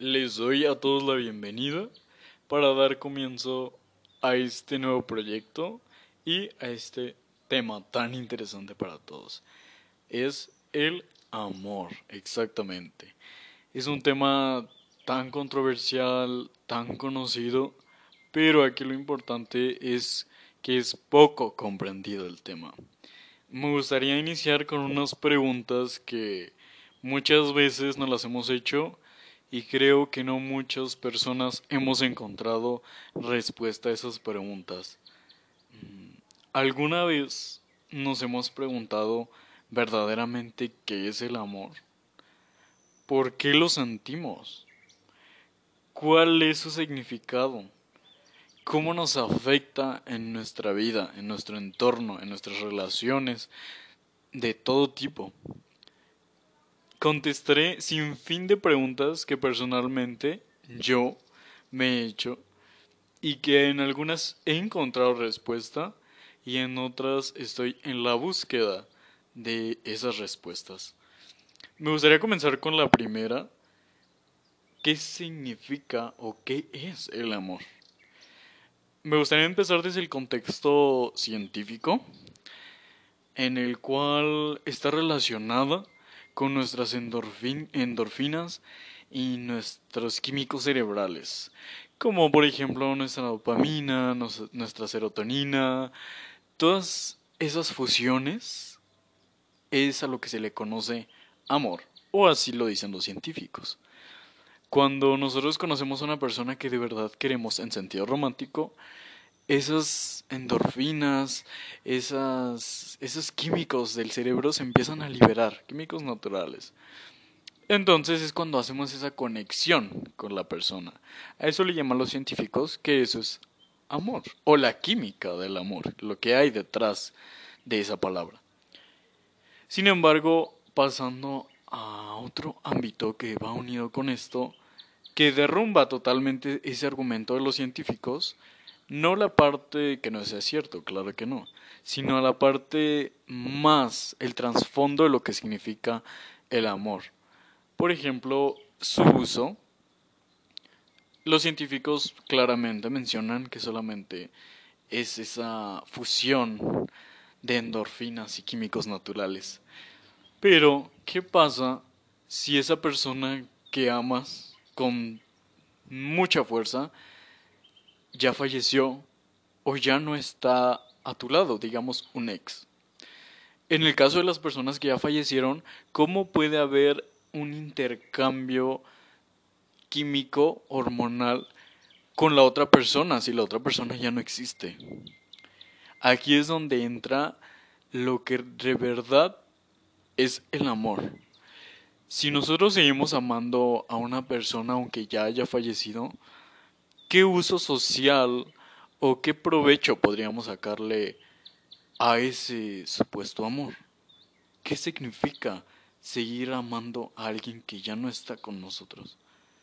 Les doy a todos la bienvenida para dar comienzo a este nuevo proyecto y a este tema tan interesante para todos. Es el amor, exactamente. Es un tema tan controversial, tan conocido, pero aquí lo importante es que es poco comprendido el tema. Me gustaría iniciar con unas preguntas que muchas veces nos las hemos hecho y creo que no muchas personas hemos encontrado respuesta a esas preguntas. ¿Alguna vez nos hemos preguntado verdaderamente qué es el amor? ¿Por qué lo sentimos? ¿Cuál es su significado? ¿Cómo nos afecta en nuestra vida, en nuestro entorno, en nuestras relaciones de todo tipo? Contestaré sin fin de preguntas que personalmente yo me he hecho y que en algunas he encontrado respuesta y en otras estoy en la búsqueda de esas respuestas. Me gustaría comenzar con la primera. ¿Qué significa o qué es el amor? Me gustaría empezar desde el contexto científico, en el cual está relacionada con nuestras endorfinas y nuestros químicos cerebrales, como por ejemplo nuestra dopamina, nuestra serotonina. Todas esas fusiones es a lo que se le conoce amor, o así lo dicen los científicos. Cuando nosotros conocemos a una persona que de verdad queremos en sentido romántico, esas endorfinas, esos químicos del cerebro se empiezan a liberar, químicos naturales. Entonces es cuando hacemos esa conexión con la persona. A eso le llaman los científicos que eso es amor, o la química del amor, lo que hay detrás de esa palabra. Sin embargo, pasando a otro ámbito que va unido con esto, que derrumba totalmente ese argumento de los científicos, no la parte que no sea cierto, claro que no, sino la parte más, el trasfondo de lo que significa el amor. Por ejemplo, su uso. Los científicos claramente mencionan que solamente es esa fusión de endorfinas y químicos naturales. Pero, ¿qué pasa si esa persona que amas con mucha fuerza ya falleció o ya no está a tu lado, digamos un ex? En el caso de las personas que ya fallecieron, ¿cómo puede haber un intercambio químico, hormonal, con la otra persona si la otra persona ya no existe? Aquí es donde entra lo que de verdad es el amor. Si nosotros seguimos amando a una persona aunque ya haya fallecido, ¿qué uso social o qué provecho podríamos sacarle a ese supuesto amor? ¿Qué significa seguir amando a alguien que ya no está con nosotros?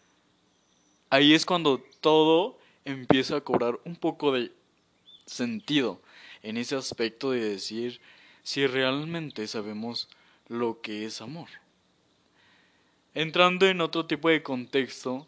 Ahí es cuando todo empieza a cobrar un poco de sentido en ese aspecto de decir si realmente sabemos lo que es amor. Entrando en otro tipo de contexto,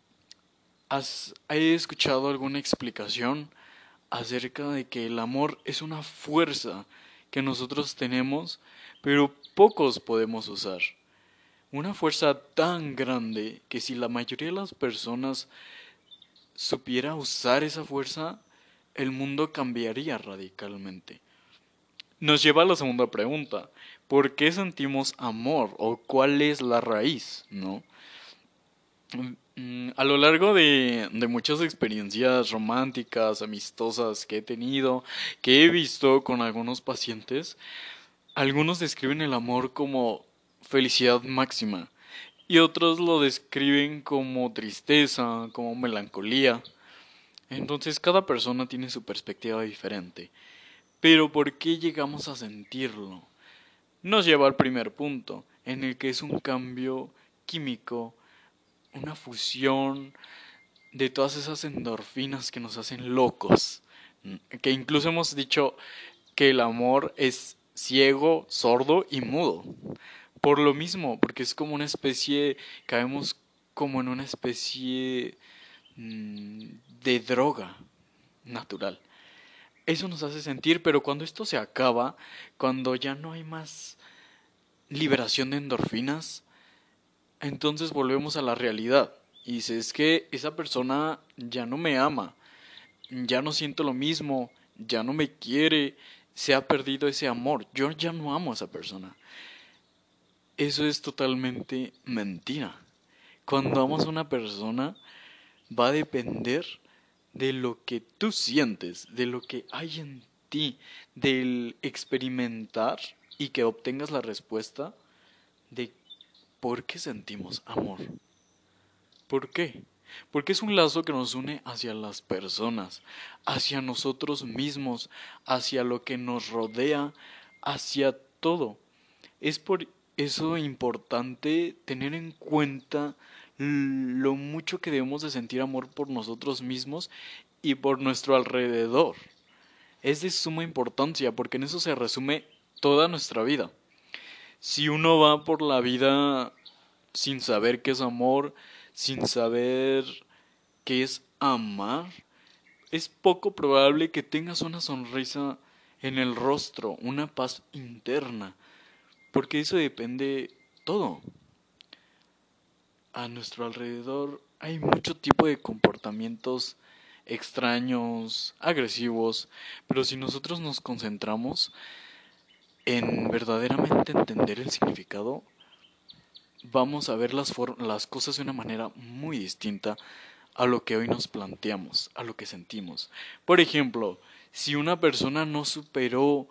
¿has escuchado alguna explicación acerca de que el amor es una fuerza que nosotros tenemos, pero pocos podemos usar? Una fuerza tan grande que si la mayoría de las personas supiera usar esa fuerza, el mundo cambiaría radicalmente. Nos lleva a la segunda pregunta. ¿Por qué sentimos amor? ¿O cuál es la raíz? ¿No? A lo largo de muchas experiencias románticas, amistosas que he tenido, que he visto con algunos pacientes, algunos describen el amor como felicidad máxima y otros lo describen como tristeza, como melancolía. Entonces cada persona tiene su perspectiva diferente. Pero ¿por qué llegamos a sentirlo? Nos lleva al primer punto, en el que es un cambio químico, una fusión de todas esas endorfinas que nos hacen locos. Que incluso hemos dicho que el amor es ciego, sordo y mudo. Por lo mismo, porque es como una especie, caemos como en una especie de droga natural. Eso nos hace sentir, pero cuando esto se acaba, cuando ya no hay más liberación de endorfinas, entonces volvemos a la realidad. Y dices, es que esa persona ya no me ama, ya no siento lo mismo, ya no me quiere, se ha perdido ese amor, yo ya no amo a esa persona. Eso es totalmente mentira. Cuando amas a una persona, va a depender de lo que tú sientes, de lo que hay en ti, del experimentar y que obtengas la respuesta de por qué sentimos amor. ¿Por qué? Porque es un lazo que nos une hacia las personas, hacia nosotros mismos, hacia lo que nos rodea, hacia todo. Es por eso importante tener en cuenta lo mucho que debemos de sentir amor por nosotros mismos y por nuestro alrededor. Es de suma importancia porque en eso se resume toda nuestra vida. Si uno va por la vida sin saber qué es amor, sin saber qué es amar, es poco probable que tengas una sonrisa en el rostro, una paz interna, porque eso depende todo. A nuestro alrededor hay mucho tipo de comportamientos extraños, agresivos, pero si nosotros nos concentramos en verdaderamente entender el significado, vamos a ver las cosas de una manera muy distinta a lo que hoy nos planteamos, a lo que sentimos. Por ejemplo, si una persona no superó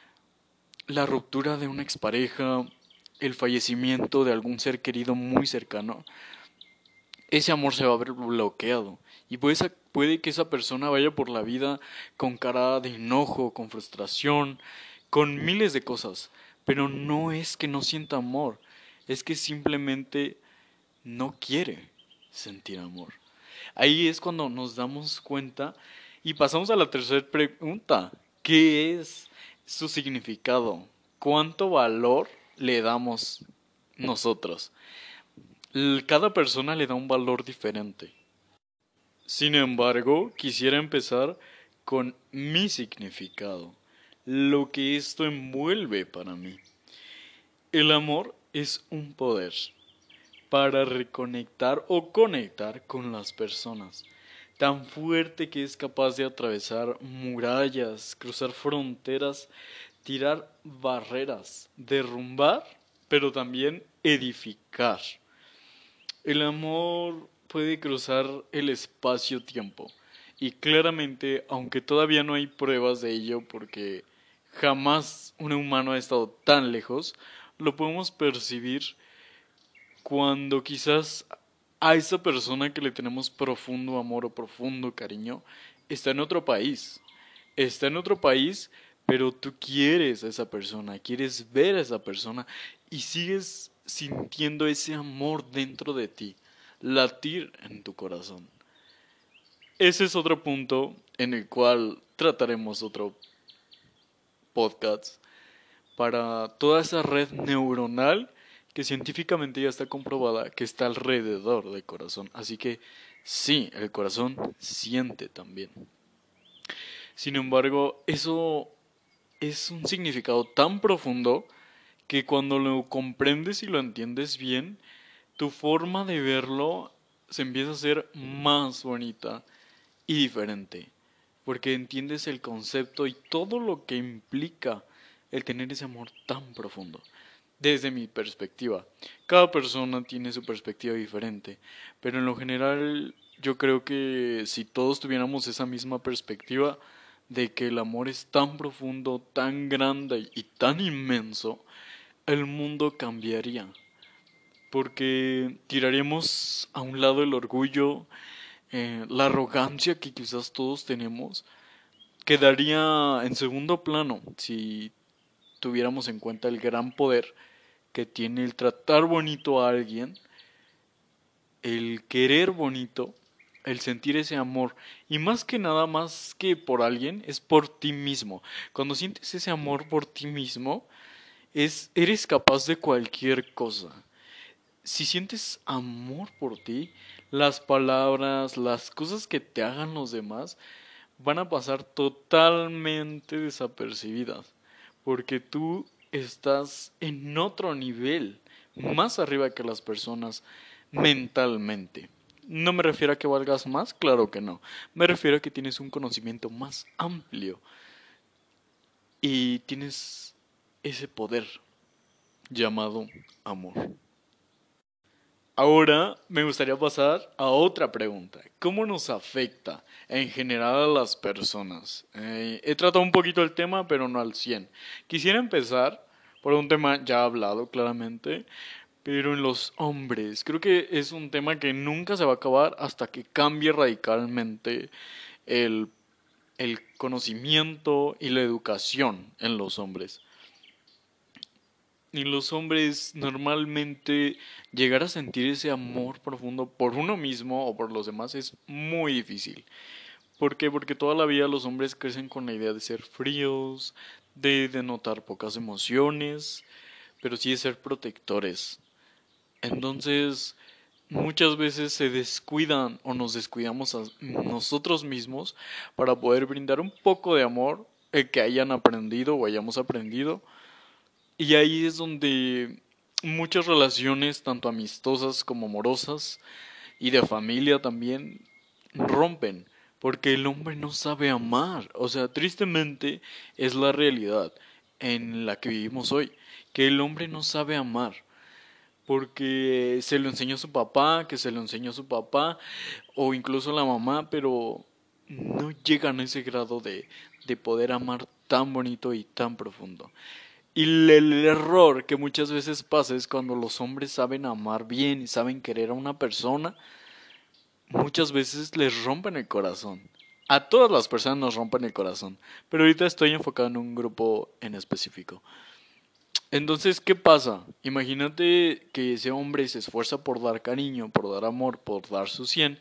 la ruptura de una expareja, el fallecimiento de algún ser querido muy cercano, ese amor se va a ver bloqueado. Y puede que esa persona vaya por la vida con cara de enojo, con frustración, con miles de cosas. Pero no es que no sienta amor, es que simplemente no quiere sentir amor. Ahí es cuando nos damos cuenta y pasamos a la tercera pregunta. ¿Qué es su significado? ¿Cuánto valor le damos nosotros? Cada persona le da un valor diferente. Sin embargo, quisiera empezar con mi significado, lo que esto envuelve para mí. El amor es un poder para reconectar o conectar con las personas, tan fuerte que es capaz de atravesar murallas, cruzar fronteras, tirar barreras, derrumbar, pero también edificar. El amor puede cruzar el espacio-tiempo y claramente, aunque todavía no hay pruebas de ello porque jamás un humano ha estado tan lejos, lo podemos percibir cuando quizás a esa persona que le tenemos profundo amor o profundo cariño está en otro país. Está en otro país, pero tú quieres a esa persona, quieres ver a esa persona y sigues sintiendo ese amor dentro de ti, latir en tu corazón. Ese es otro punto en el cual trataremos otro podcast para toda esa red neuronal que científicamente ya está comprobada que está alrededor del corazón. Así que sí, el corazón siente también. Sin embargo, eso es un significado tan profundo que cuando lo comprendes y lo entiendes bien, tu forma de verlo se empieza a hacer más bonita y diferente, porque entiendes el concepto y todo lo que implica el tener ese amor tan profundo. Desde mi perspectiva, cada persona tiene su perspectiva diferente, pero en lo general yo creo que si todos tuviéramos esa misma perspectiva de que el amor es tan profundo, tan grande y tan inmenso, el mundo cambiaría, porque tiraríamos a un lado el orgullo, la arrogancia que quizás todos tenemos, quedaría en segundo plano si tuviéramos en cuenta el gran poder que tiene el tratar bonito a alguien, el querer bonito, el sentir ese amor. Y más que nada, más que por alguien, es por ti mismo. Cuando sientes ese amor por ti mismo, eres capaz de cualquier cosa. si sientes amor por ti, las palabras, las cosas que te hagan los demás van a pasar totalmente desapercibidas, porque tú estás en otro nivel, más arriba que las personas mentalmente. No me refiero a que valgas más, claro que no. Me refiero a que tienes un conocimiento más amplio y tienes ese poder llamado amor. Ahora me gustaría pasar a otra pregunta. ¿Cómo nos afecta en general a las personas? He tratado un poquito el tema, pero no al 100. Quisiera empezar por un tema ya hablado claramente, pero en los hombres. Creo que es un tema que nunca se va a acabar hasta que cambie radicalmente el, el conocimiento y la educación en los hombres. Y los hombres normalmente llegar a sentir ese amor profundo por uno mismo o por los demás es muy difícil. ¿Por qué? Porque toda la vida los hombres crecen con la idea de ser fríos, de denotar pocas emociones, pero sí de ser protectores. Entonces, muchas veces se descuidan o nos descuidamos a nosotros mismos para poder brindar un poco de amor que hayan aprendido o hayamos aprendido y ahí es donde muchas relaciones, tanto amistosas como amorosas, y de familia también, rompen, porque el hombre no sabe amar. O sea, tristemente es la realidad en la que vivimos hoy, que el hombre no sabe amar, porque se lo enseñó su papá, que se lo enseñó su papá, o incluso la mamá, pero no llegan a ese grado de poder amar tan bonito y tan profundo. Y el error que muchas veces pasa es cuando los hombres saben amar bien y saben querer a una persona, muchas veces les rompen el corazón. A todas las personas nos rompen el corazón, pero ahorita estoy enfocado en un grupo en específico. Entonces, ¿qué pasa? Imagínate que ese hombre se esfuerza por dar cariño, por dar amor, por dar su 100,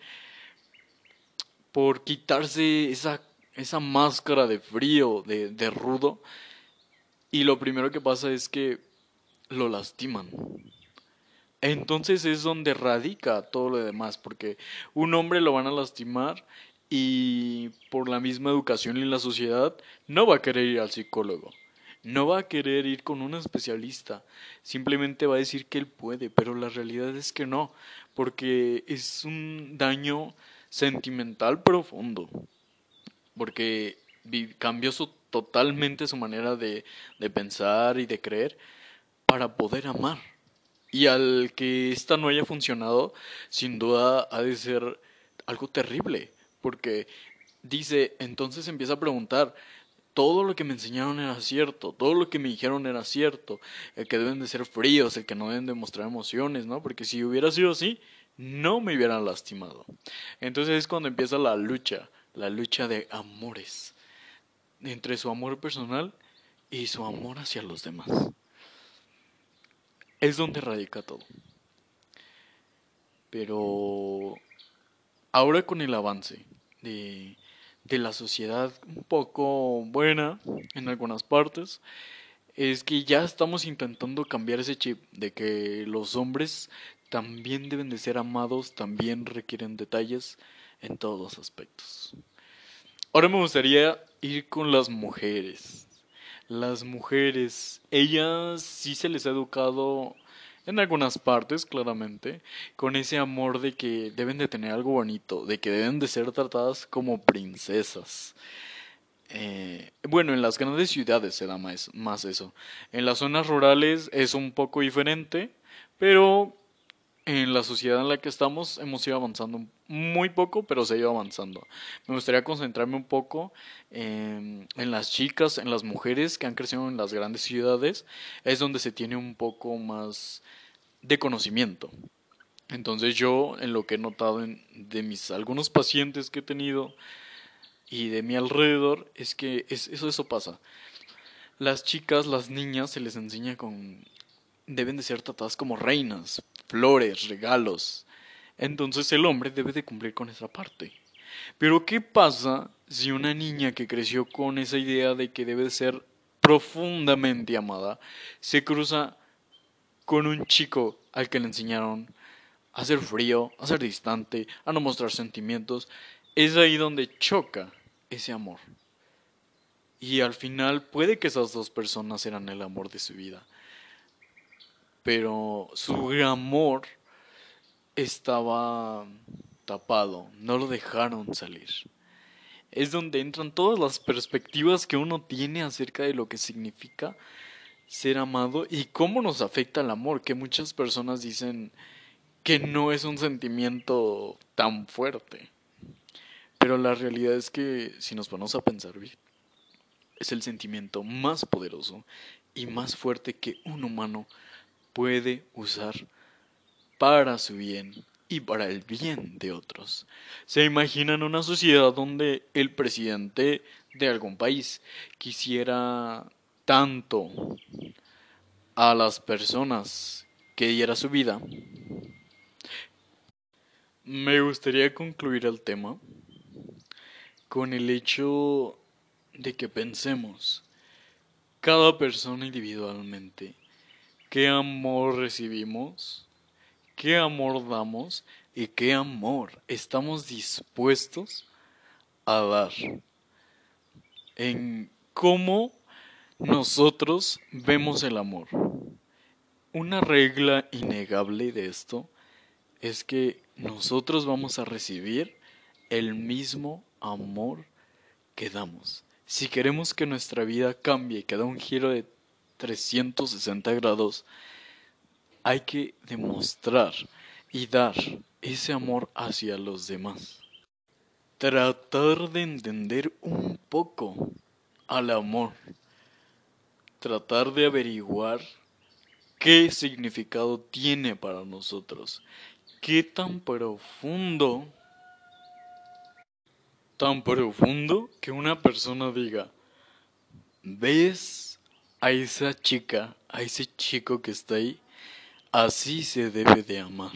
por quitarse esa máscara de frío, de rudo, y lo primero que pasa es que lo lastiman. Entonces es donde radica todo lo demás, porque un hombre lo van a lastimar y por la misma educación y la sociedad no va a querer ir al psicólogo, no va a querer ir con un especialista, simplemente va a decir que él puede, pero la realidad es que no, porque es un daño sentimental profundo, porque cambió totalmente su manera de pensar y de creer para poder amar. Y al que esta no haya funcionado, sin duda ha de ser algo terrible, porque dice, entonces empieza a preguntar, todo lo que me enseñaron era cierto, todo lo que me dijeron era cierto, el que deben de ser fríos, el que no deben demostrar emociones, ¿no? Porque si hubiera sido así, no me hubieran lastimado. Entonces es cuando empieza la lucha de amores, entre su amor personal y su amor hacia los demás. Es donde radica todo. Pero ahora con el avance de la sociedad un poco buena en algunas partes, es que ya estamos intentando cambiar ese chip de que los hombres también deben de ser amados, también requieren detalles en todos los aspectos. Ahora me gustaría ir con las mujeres. Las mujeres, ellas sí se les ha educado en algunas partes, claramente, con ese amor de que deben de tener algo bonito, de que deben de ser tratadas como princesas. Bueno, en las grandes ciudades se da más eso. En las zonas rurales es un poco diferente, pero en la sociedad en la que estamos hemos ido avanzando muy poco, pero se ha ido avanzando. Me gustaría concentrarme un poco en las chicas, en las mujeres que han crecido en las grandes ciudades. Es donde se tiene un poco más de conocimiento. Entonces yo, en lo que he notado de mis algunos pacientes que he tenido y de mi alrededor, es que eso pasa. Las chicas, las niñas, se les enseña con deben de ser tratadas como reinas, flores, regalos. Entonces el hombre debe de cumplir con esa parte. Pero ¿qué pasa si una niña que creció con esa idea de que debe ser profundamente amada se cruza con un chico al que le enseñaron a ser frío, a ser distante, a no mostrar sentimientos, es ahí donde choca ese amor. Y al final puede que esas dos personas eran el amor de su vida, pero su amor estaba tapado, no lo dejaron salir. Es donde entran todas las perspectivas que uno tiene acerca de lo que significa ser amado y cómo nos afecta el amor, que muchas personas dicen que no es un sentimiento tan fuerte. Pero la realidad es que si nos ponemos a pensar bien, es el sentimiento más poderoso y más fuerte que un humano puede usar para su bien y para el bien de otros. ¿Se imaginan una sociedad donde el presidente de algún país quisiera tanto a las personas que diera su vida? Me gustaría concluir el tema con el hecho de que pensemos cada persona individualmente qué amor recibimos, qué amor damos y qué amor estamos dispuestos a dar. En cómo nosotros vemos el amor. Una regla innegable de esto es que nosotros vamos a recibir el mismo amor que damos. Si queremos que nuestra vida cambie y que dé un giro de 360 grados, hay que demostrar y dar ese amor hacia los demás. Tratar de entender un poco al amor. Tratar de averiguar qué significado tiene para nosotros. Qué tan profundo que una persona diga, ¿ves a esa chica, a ese chico que está ahí? Así se debe de amar.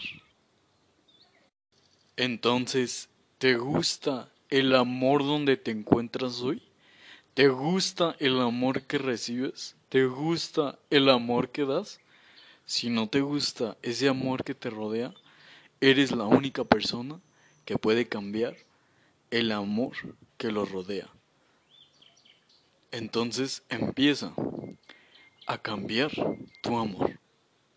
Entonces, ¿te gusta el amor donde te encuentras hoy? ¿Te gusta el amor que recibes? ¿Te gusta el amor que das? Si no te gusta ese amor que te rodea, eres la única persona que puede cambiar el amor que lo rodea. Entonces empieza a cambiar tu amor.